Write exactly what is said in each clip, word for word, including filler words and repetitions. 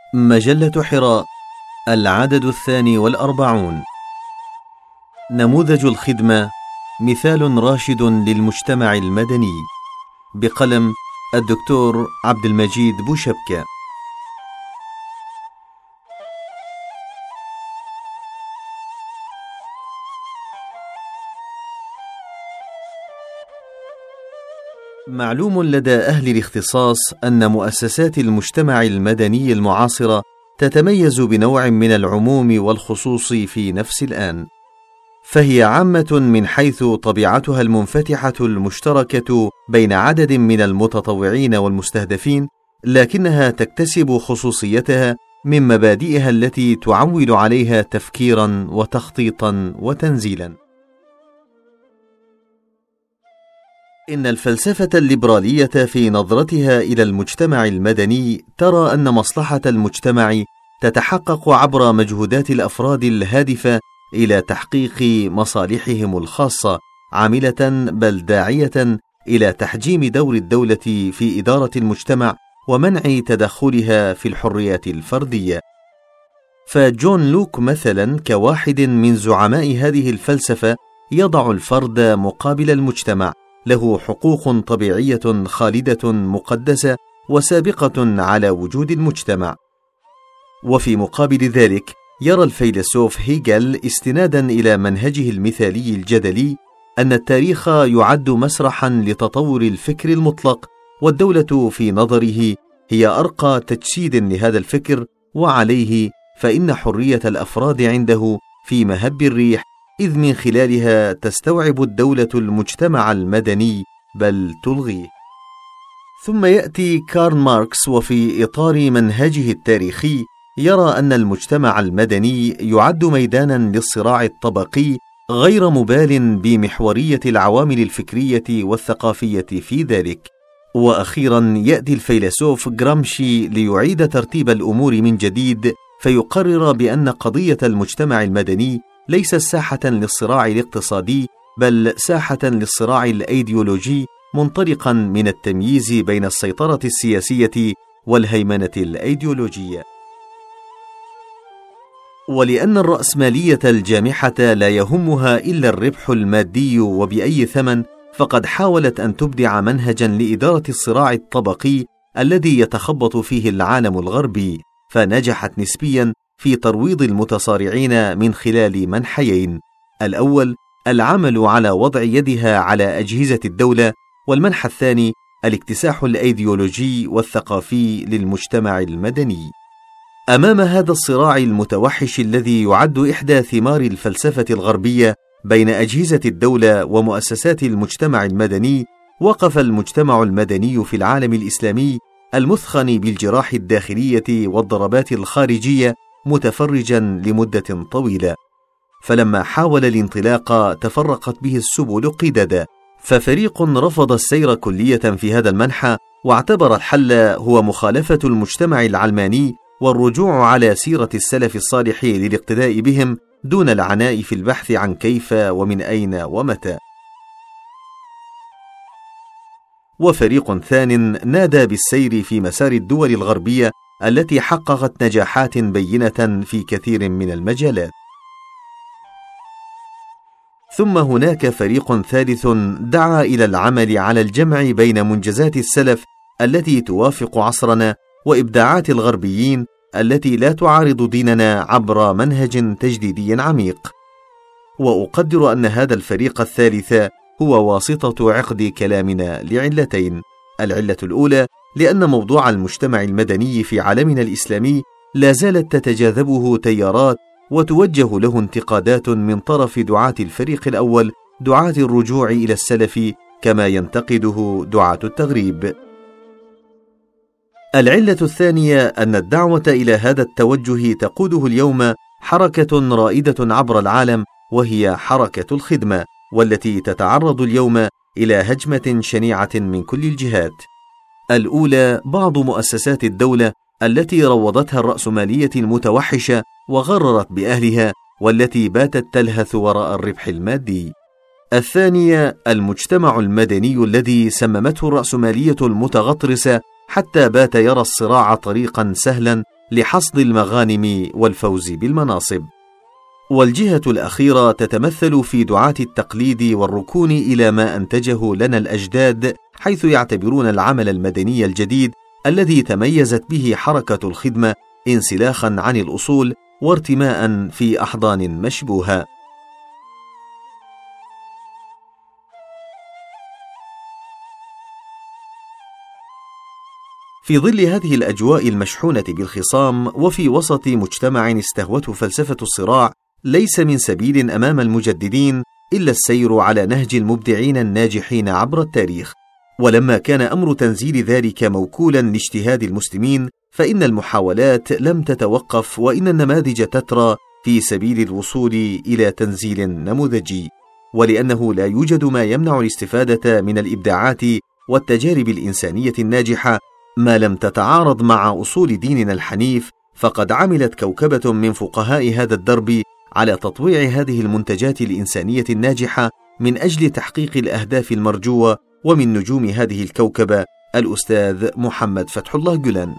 مجلة حراء، العدد الثاني والأربعون. نموذج الخدمة، مثال راشد للمجتمع المدني، بقلم الدكتور عبد المجيد بوشبكة. معلوم لدى أهل الاختصاص أن مؤسسات المجتمع المدني المعاصرة تتميز بنوع من العموم والخصوص في نفس الآن، فهي عامة من حيث طبيعتها المنفتحة المشتركة بين عدد من المتطوعين والمستهدفين، لكنها تكتسب خصوصيتها من مبادئها التي تعول عليها تفكيرا وتخطيطا وتنزيلا. إن الفلسفة الليبرالية في نظرتها إلى المجتمع المدني ترى أن مصلحة المجتمع تتحقق عبر مجهودات الأفراد الهادفة إلى تحقيق مصالحهم الخاصة، عاملة بل داعية إلى تحجيم دور الدولة في إدارة المجتمع ومنع تدخلها في الحريات الفردية. فجون لوك مثلا كواحد من زعماء هذه الفلسفة يضع الفرد مقابل المجتمع، له حقوق طبيعية خالدة مقدسة وسابقة على وجود المجتمع. وفي مقابل ذلك يرى الفيلسوف هيجل استنادا إلى منهجه المثالي الجدلي أن التاريخ يعد مسرحا لتطور الفكر المطلق، والدولة في نظره هي أرقى تجسيد لهذا الفكر، وعليه فإن حرية الأفراد عنده في مهب الريح، إذ من خلالها تستوعب الدولة المجتمع المدني بل تلغيه. ثم يأتي كارل ماركس وفي إطار منهجه التاريخي يرى أن المجتمع المدني يعد ميدانا للصراع الطبقي، غير مبال بمحورية العوامل الفكرية والثقافية في ذلك. وأخيرا يأتي الفيلسوف غرامشي ليعيد ترتيب الأمور من جديد، فيقرر بأن قضية المجتمع المدني ليست ساحة للصراع الاقتصادي، بل ساحة للصراع الأيديولوجي، منطلقا من التمييز بين السيطرة السياسية والهيمنة الأيديولوجية. ولأن الرأسمالية الجامحة لا يهمها إلا الربح المادي وبأي ثمن، فقد حاولت أن تبدع منهجا لإدارة الصراع الطبقي الذي يتخبط فيه العالم الغربي، فنجحت نسبيا في ترويض المتصارعين من خلال منحيين: الأول العمل على وضع يدها على أجهزة الدولة، والمنحى الثاني الاكتساح الأيديولوجي والثقافي للمجتمع المدني. أمام هذا الصراع المتوحش الذي يعد إحدى ثمار الفلسفة الغربية بين أجهزة الدولة ومؤسسات المجتمع المدني، وقف المجتمع المدني في العالم الإسلامي المثخن بالجراح الداخلية والضربات الخارجية متفرجا لمدة طويلة، فلما حاول الانطلاق تفرقت به السبل قددا، ففريق رفض السير كلية في هذا المنحى، واعتبر الحل هو مخالفة المجتمع العلماني والرجوع على سيرة السلف الصالح للاقتداء بهم دون العناء في البحث عن كيف ومن أين ومتى. وفريق ثان نادى بالسير في مسار الدول الغربية التي حققت نجاحات بينة في كثير من المجالات. ثم هناك فريق ثالث دعا إلى العمل على الجمع بين منجزات السلف التي توافق عصرنا وإبداعات الغربيين التي لا تعارض ديننا عبر منهج تجديدي عميق. وأقدر أن هذا الفريق الثالث هو واسطة عقد كلامنا لعلتين: العلة الأولى لأن موضوع المجتمع المدني في عالمنا الإسلامي لا زالت تتجاذبه تيارات وتوجه له انتقادات من طرف دعاة الفريق الأول، دعاة الرجوع إلى السلف، كما ينتقده دعاة التغريب. العلة الثانية أن الدعوة إلى هذا التوجه تقوده اليوم حركة رائدة عبر العالم، وهي حركة الخدمة، والتي تتعرض اليوم إلى هجمة شنيعة من كل الجهات. الأولى بعض مؤسسات الدولة التي روضتها الرأسمالية المتوحشة وغررت بأهلها، والتي باتت تلهث وراء الربح المادي. الثانية المجتمع المدني الذي سممته الرأسمالية المتغطرسة، حتى بات يرى الصراع طريقا سهلا لحصد المغانم والفوز بالمناصب. والجهة الأخيرة تتمثل في دعاة التقليد والركون إلى ما أنتجه لنا الأجداد، حيث يعتبرون العمل المدني الجديد الذي تميزت به حركة الخدمة انسلاخا عن الأصول وارتماء في أحضان مشبوهة. في ظل هذه الأجواء المشحونة بالخصام، وفي وسط مجتمع استهوته فلسفة الصراع، ليس من سبيل أمام المجددين إلا السير على نهج المبدعين الناجحين عبر التاريخ. ولما كان أمر تنزيل ذلك موكولا لاجتهاد المسلمين، فإن المحاولات لم تتوقف، وإن النماذج تترى في سبيل الوصول إلى تنزيل نموذجي. ولأنه لا يوجد ما يمنع الاستفادة من الإبداعات والتجارب الإنسانية الناجحة ما لم تتعارض مع أصول ديننا الحنيف، فقد عملت كوكبة من فقهاء هذا الدرب على تطويع هذه المنتجات الإنسانية الناجحة من أجل تحقيق الأهداف المرجوة. ومن نجوم هذه الكوكبة الأستاذ محمد فتح الله جولان.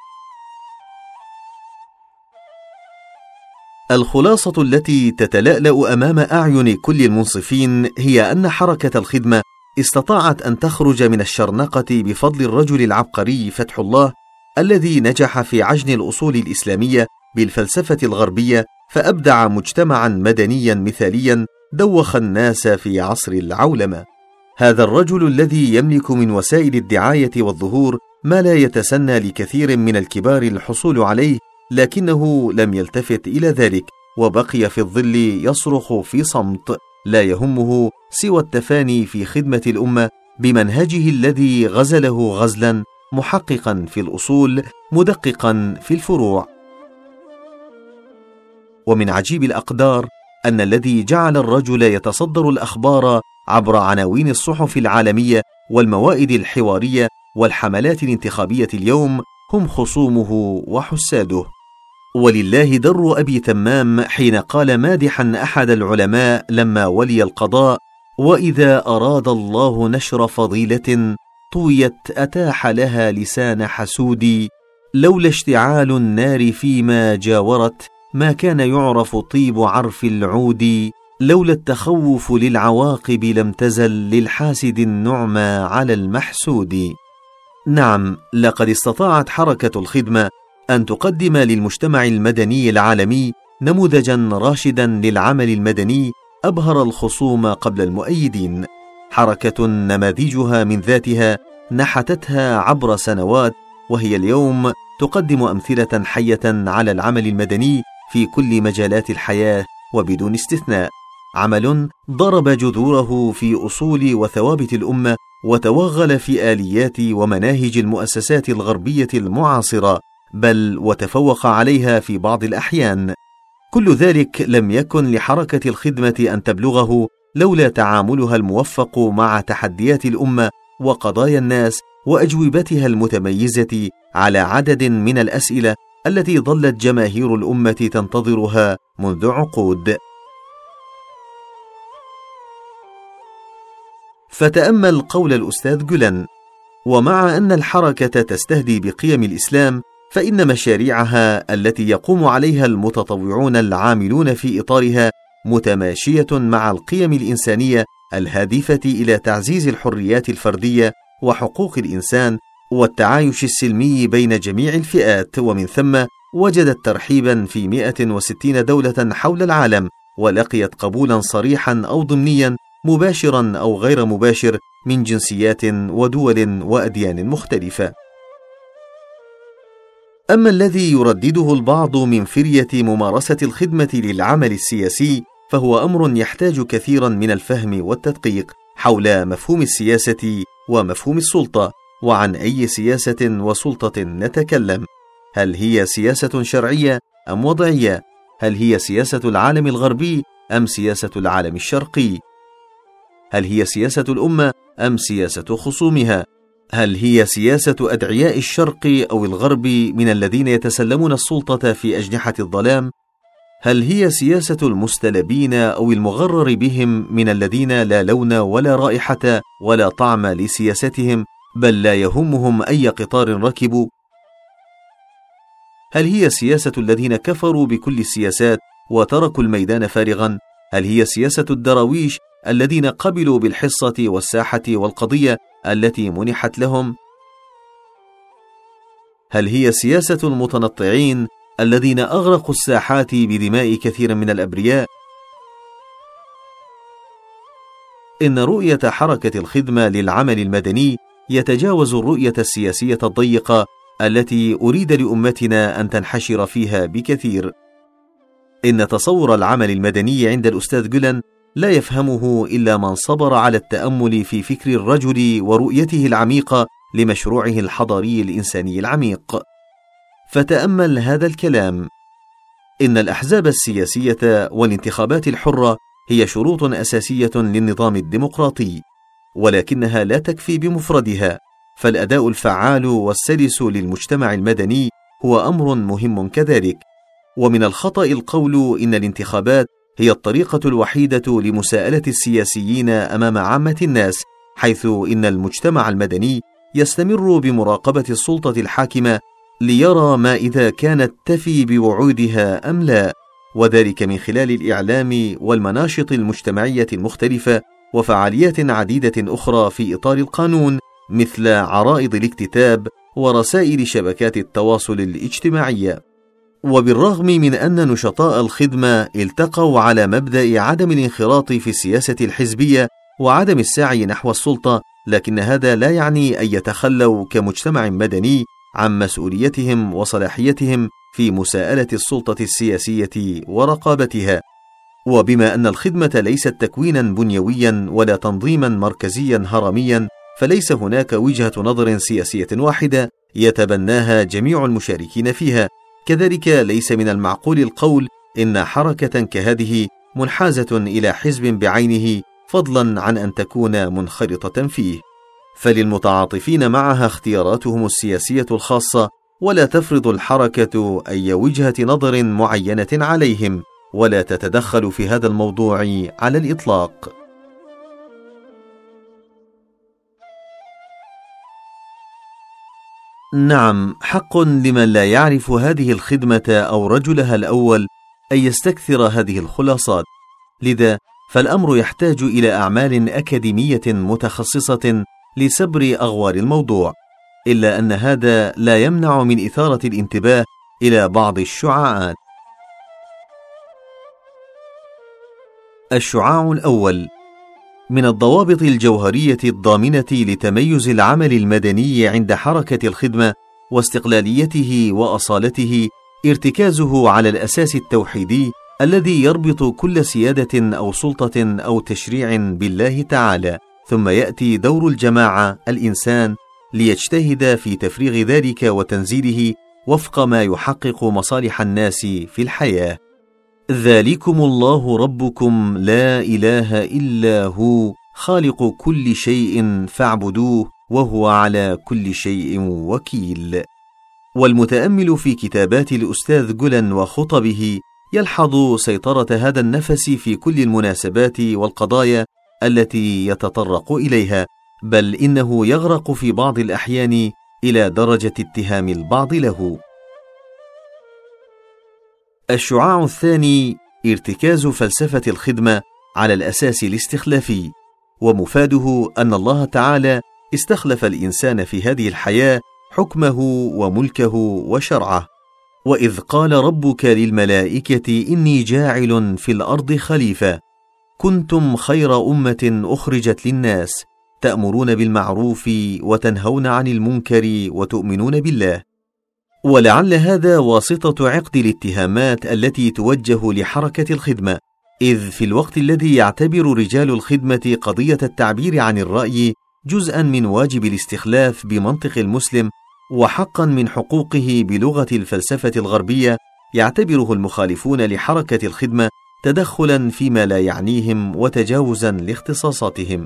الخلاصة التي تتلألأ أمام أعين كل المنصفين هي أن حركة الخدمة استطاعت أن تخرج من الشرنقة بفضل الرجل العبقري فتح الله، الذي نجح في عجن الأصول الإسلامية بالفلسفة الغربية، فأبدع مجتمعا مدنيا مثاليا دوخ الناس في عصر العولمة. هذا الرجل الذي يملك من وسائل الدعاية والظهور ما لا يتسنى لكثير من الكبار الحصول عليه، لكنه لم يلتفت إلى ذلك، وبقي في الظل يصرخ في صمت، لا يهمه سوى التفاني في خدمة الأمة بمنهجه الذي غزله غزلا، محققا في الأصول مدققا في الفروع. ومن عجيب الأقدار أن الذي جعل الرجل يتصدر الأخبار عبر عناوين الصحف العالمية والموائد الحوارية والحملات الانتخابية اليوم هم خصومه وحساده. ولله در أبي تمام حين قال مادحا أحد العلماء لما ولي القضاء: وإذا أراد الله نشر فضيلة طويت أتاح لها لسان حسود، لولا اشتعال النار فيما جاورت ما كان يعرف طيب عرف العود، لولا التخوف للعواقب لم تزل للحاسد النعمى على المحسود. نعم، لقد استطاعت حركة الخدمة أن تقدم للمجتمع المدني العالمي نموذجا راشدا للعمل المدني أبهر الخصوم قبل المؤيدين، حركة نماذجها من ذاتها نحتتها عبر سنوات، وهي اليوم تقدم أمثلة حية على العمل المدني في كل مجالات الحياة وبدون استثناء، عمل ضرب جذوره في أصول وثوابت الأمة وتوغل في آليات ومناهج المؤسسات الغربية المعاصرة، بل وتفوق عليها في بعض الأحيان. كل ذلك لم يكن لحركة الخدمة أن تبلغه لولا تعاملها الموفق مع تحديات الأمة وقضايا الناس وأجوبتها المتميزة على عدد من الأسئلة التي ظلت جماهير الأمة تنتظرها منذ عقود. فتأمل قول الأستاذ جولان: ومع أن الحركة تستهدي بقيم الإسلام، فإن مشاريعها التي يقوم عليها المتطوعون العاملون في إطارها متماشية مع القيم الإنسانية الهادفة إلى تعزيز الحريات الفردية وحقوق الإنسان والتعايش السلمي بين جميع الفئات، ومن ثم وجدت ترحيبا في مئة وستين دولة حول العالم، ولقيت قبولا صريحا أو ضمنيا مباشرا أو غير مباشر من جنسيات ودول وأديان مختلفة. أما الذي يردده البعض من فرية ممارسة الخدمة للعمل السياسي، فهو أمر يحتاج كثيرا من الفهم والتدقيق حول مفهوم السياسة ومفهوم السلطة، وعن أي سياسة وسلطة نتكلم. هل هي سياسة شرعية أم وضعية؟ هل هي سياسة العالم الغربي أم سياسة العالم الشرقي؟ هل هي سياسة الأمة أم سياسة خصومها؟ هل هي سياسة أدعياء الشرق أو الغرب من الذين يتسلمون السلطة في أجنحة الظلام؟ هل هي سياسة المستلبين أو المغرر بهم من الذين لا لون ولا رائحة ولا طعم لسياستهم، بل لا يهمهم أي قطار ركبوا؟ هل هي سياسة الذين كفروا بكل السياسات وتركوا الميدان فارغا؟ هل هي سياسة الدراويش الذين قبلوا بالحصة والساحة والقضية التي منحت لهم؟ هل هي سياسة المتنطعين الذين أغرقوا الساحات بدماء كثير من الأبرياء؟ إن رؤية حركة الخدمة للعمل المدني يتجاوز الرؤية السياسية الضيقة التي أريد لأمتنا أن تنحشر فيها بكثير. إن تصور العمل المدني عند الأستاذ جولان لا يفهمه إلا من صبر على التأمل في فكر الرجل ورؤيته العميقة لمشروعه الحضاري الإنساني العميق. فتأمل هذا الكلام: إن الأحزاب السياسية والانتخابات الحرة هي شروط أساسية للنظام الديمقراطي، ولكنها لا تكفي بمفردها، فالأداء الفعال والسلس للمجتمع المدني هو أمر مهم كذلك. ومن الخطأ القول إن الانتخابات هي الطريقة الوحيدة لمساءلة السياسيين أمام عامة الناس، حيث إن المجتمع المدني يستمر بمراقبة السلطة الحاكمة ليرى ما إذا كانت تفي بوعودها أم لا، وذلك من خلال الإعلام والمناشط المجتمعية المختلفة وفعاليات عديدة أخرى في إطار القانون، مثل عرائض الاكتتاب ورسائل شبكات التواصل الاجتماعية. وبالرغم من أن نشطاء الخدمة التقوا على مبدأ عدم الانخراط في السياسة الحزبية وعدم السعي نحو السلطة، لكن هذا لا يعني أن يتخلوا كمجتمع مدني عن مسؤوليتهم وصلاحيتهم في مساءلة السلطة السياسية ورقابتها. وبما أن الخدمة ليست تكوينا بنيويا ولا تنظيما مركزيا هرميا، فليس هناك وجهة نظر سياسية واحدة يتبناها جميع المشاركين فيها. كذلك ليس من المعقول القول إن حركة كهذه منحازة إلى حزب بعينه، فضلا عن أن تكون منخرطة فيه، فللمتعاطفين معها اختياراتهم السياسية الخاصة، ولا تفرض الحركة أي وجهة نظر معينة عليهم، ولا تتدخل في هذا الموضوع على الإطلاق. نعم، حق لمن لا يعرف هذه الخدمة أو رجلها الأول أن يستكثر هذه الخلاصات، لذا فالأمر يحتاج إلى أعمال أكاديمية متخصصة لسبر أغوار الموضوع، إلا أن هذا لا يمنع من إثارة الانتباه إلى بعض الشعاعات. الشعاع الأول: من الضوابط الجوهرية الضامنة لتميز العمل المدني عند حركة الخدمة واستقلاليته وأصالته ارتكازه على الأساس التوحيدي الذي يربط كل سيادة أو سلطة أو تشريع بالله تعالى، ثم يأتي دور الجماعة الإنسان ليجتهد في تفريغ ذلك وتنزيله وفق ما يحقق مصالح الناس في الحياة. ذلكم الله ربكم لا إله إلا هو خالق كل شيء فاعبدوه وهو على كل شيء وكيل. والمتأمل في كتابات الأستاذ جولان وخطبه يلحظ سيطرة هذا النفس في كل المناسبات والقضايا التي يتطرق إليها، بل إنه يغرق في بعض الأحيان إلى درجة اتهام البعض له. الشعاع الثاني: ارتكاز فلسفة الخدمة على الأساس الاستخلافي، ومفاده أن الله تعالى استخلف الإنسان في هذه الحياة حكمه وملكه وشرعه. وإذ قال ربك للملائكة إني جاعل في الأرض خليفة، كنتم خير أمة أخرجت للناس تأمرون بالمعروف وتنهون عن المنكر وتؤمنون بالله. ولعل هذا واسطة عقد الاتهامات التي توجه لحركة الخدمة، إذ في الوقت الذي يعتبر رجال الخدمة قضية التعبير عن الرأي جزءا من واجب الاستخلاف بمنطق المسلم وحقا من حقوقه بلغة الفلسفة الغربية، يعتبره المخالفون لحركة الخدمة تدخلا فيما لا يعنيهم وتجاوزا لاختصاصاتهم.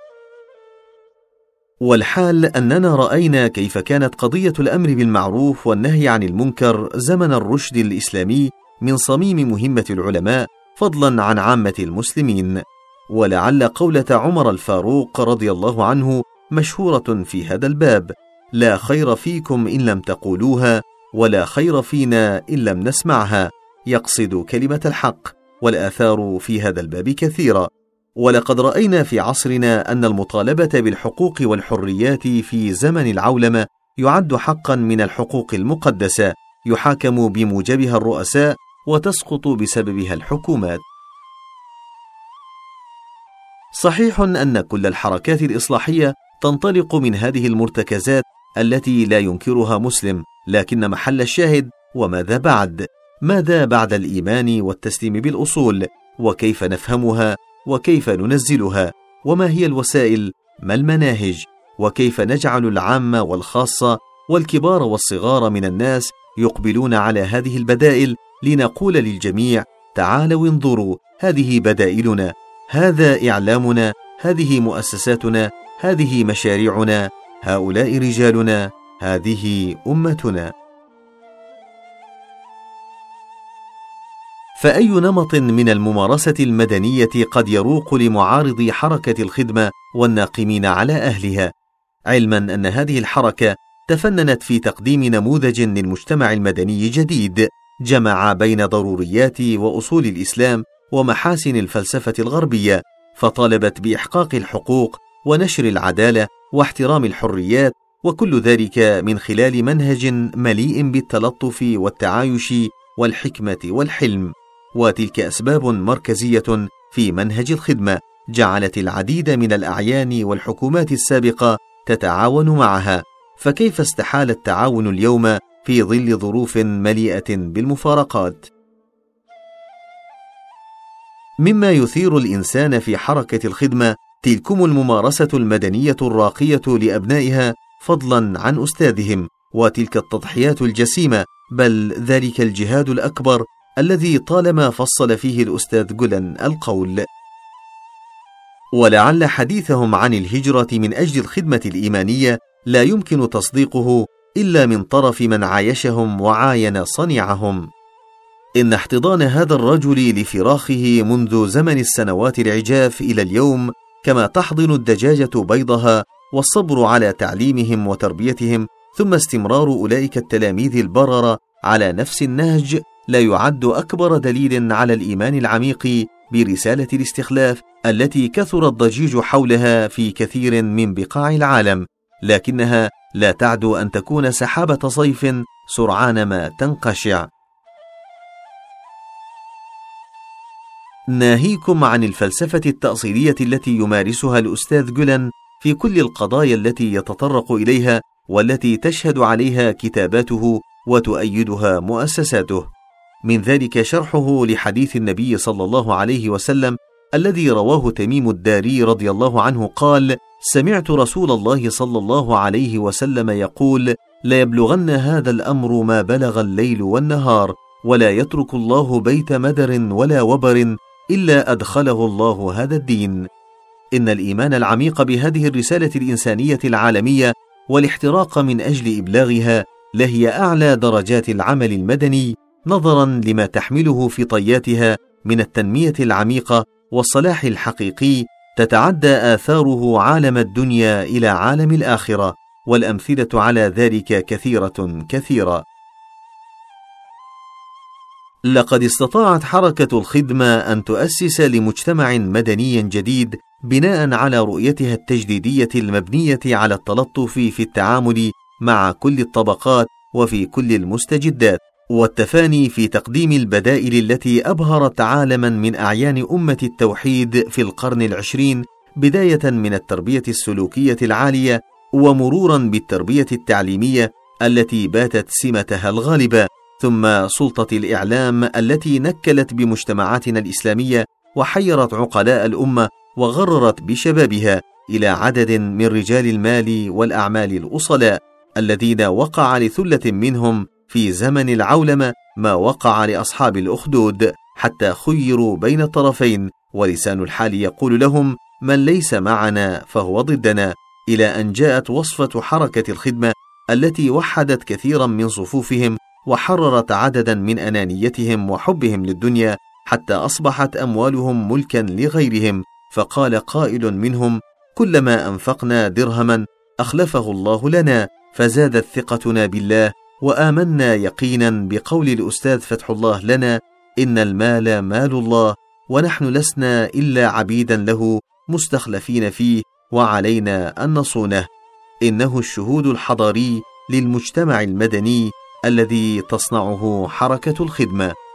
والحال أننا رأينا كيف كانت قضية الأمر بالمعروف والنهي عن المنكر زمن الرشد الإسلامي من صميم مهمة العلماء فضلا عن عامة المسلمين. ولعل قولة عمر الفاروق رضي الله عنه مشهورة في هذا الباب: لا خير فيكم إن لم تقولوها، ولا خير فينا إن لم نسمعها، يقصد كلمة الحق، والآثار في هذا الباب كثيرة. ولقد رأينا في عصرنا أن المطالبة بالحقوق والحريات في زمن العولمة يعد حقا من الحقوق المقدسة، يحاكم بموجبها الرؤساء وتسقط بسببها الحكومات. صحيح أن كل الحركات الإصلاحية تنطلق من هذه المرتكزات التي لا ينكرها مسلم، لكن محل الشاهد وماذا بعد؟ ماذا بعد الإيمان والتسليم بالأصول؟ وكيف نفهمها؟ وكيف ننزلها؟ وما هي الوسائل؟ ما المناهج؟ وكيف نجعل العام والخاصة والكبار والصغار من الناس يقبلون على هذه البدائل، لنقول للجميع: تعالوا انظروا، هذه بدائلنا، هذا إعلامنا، هذه مؤسساتنا، هذه مشاريعنا، هؤلاء رجالنا، هذه أمتنا. فأي نمط من الممارسة المدنية قد يروق لمعارضي حركة الخدمة والناقمين على أهلها؟ علما أن هذه الحركة تفننت في تقديم نموذج للمجتمع المدني جديد، جمع بين ضروريات وأصول الإسلام ومحاسن الفلسفة الغربية، فطالبت بإحقاق الحقوق ونشر العدالة واحترام الحريات، وكل ذلك من خلال منهج مليء بالتلطف والتعايش والحكمة والحلم. وتلك أسباب مركزية في منهج الخدمة جعلت العديد من الأعيان والحكومات السابقة تتعاون معها، فكيف استحال التعاون اليوم في ظل ظروف مليئة بالمفارقات؟ مما يثير الإنسان في حركة الخدمة تلكم الممارسة المدنية الراقية لأبنائها فضلا عن أستاذهم، وتلك التضحيات الجسيمة، بل ذلك الجهاد الأكبر الذي طالما فصل فيه الأستاذ جولان القول. ولعل حديثهم عن الهجرة من أجل الخدمة الإيمانية لا يمكن تصديقه إلا من طرف من عايشهم وعاين صنيعهم. إن احتضان هذا الرجل لفراخه منذ زمن السنوات العجاف إلى اليوم كما تحضن الدجاجة بيضها، والصبر على تعليمهم وتربيتهم، ثم استمرار أولئك التلاميذ البررة على نفس النهج، لا يعد أكبر دليل على الإيمان العميق برسالة الاستخلاف التي كثر الضجيج حولها في كثير من بقاع العالم، لكنها لا تعدو أن تكون سحابة صيف سرعان ما تنقشع. ناهيكم عن الفلسفة التأصيلية التي يمارسها الأستاذ جولان في كل القضايا التي يتطرق إليها والتي تشهد عليها كتاباته وتؤيدها مؤسساته. من ذلك شرحه لحديث النبي صلى الله عليه وسلم الذي رواه تميم الداري رضي الله عنه قال: سمعت رسول الله صلى الله عليه وسلم يقول: لا يبلغن هذا الأمر ما بلغ الليل والنهار، ولا يترك الله بيت مدر ولا وبر إلا أدخله الله هذا الدين. إن الإيمان العميق بهذه الرسالة الإنسانية العالمية والاحتراق من أجل إبلاغها لهي أعلى درجات العمل المدني، نظرا لما تحمله في طياتها من التنمية العميقة والصلاح الحقيقي، تتعدى آثاره عالم الدنيا إلى عالم الآخرة، والأمثلة على ذلك كثيرة كثيرة. لقد استطاعت حركة الخدمة أن تؤسس لمجتمع مدني جديد بناء على رؤيتها التجديدية المبنية على التلطف في التعامل مع كل الطبقات وفي كل المستجدات، والتفاني في تقديم البدائل التي أبهرت عالما من أعيان أمة التوحيد في القرن العشرين، بداية من التربية السلوكية العالية ومرورا بالتربية التعليمية التي باتت سمتها الغالبة، ثم سلطة الإعلام التي نكلت بمجتمعاتنا الإسلامية وحيرت عقلاء الأمة وغررت بشبابها، إلى عدد من رجال المال والأعمال الأصلاء الذين وقع لثلة منهم في زمن العولمة ما وقع لأصحاب الأخدود، حتى خيروا بين الطرفين، ولسان الحال يقول لهم: من ليس معنا فهو ضدنا، إلى أن جاءت وصفة حركة الخدمة التي وحدت كثيرا من صفوفهم وحررت عددا من أنانيتهم وحبهم للدنيا، حتى أصبحت أموالهم ملكا لغيرهم. فقال قائل منهم: كلما أنفقنا درهما أخلفه الله لنا، فزادت ثقتنا بالله وآمنا يقينا بقول الأستاذ فتح الله لنا: إن المال مال الله، ونحن لسنا إلا عبيدا له مستخلفين فيه، وعلينا أن نصونه. إنه الشهود الحضاري للمجتمع المدني الذي تصنعه حركة الخدمة.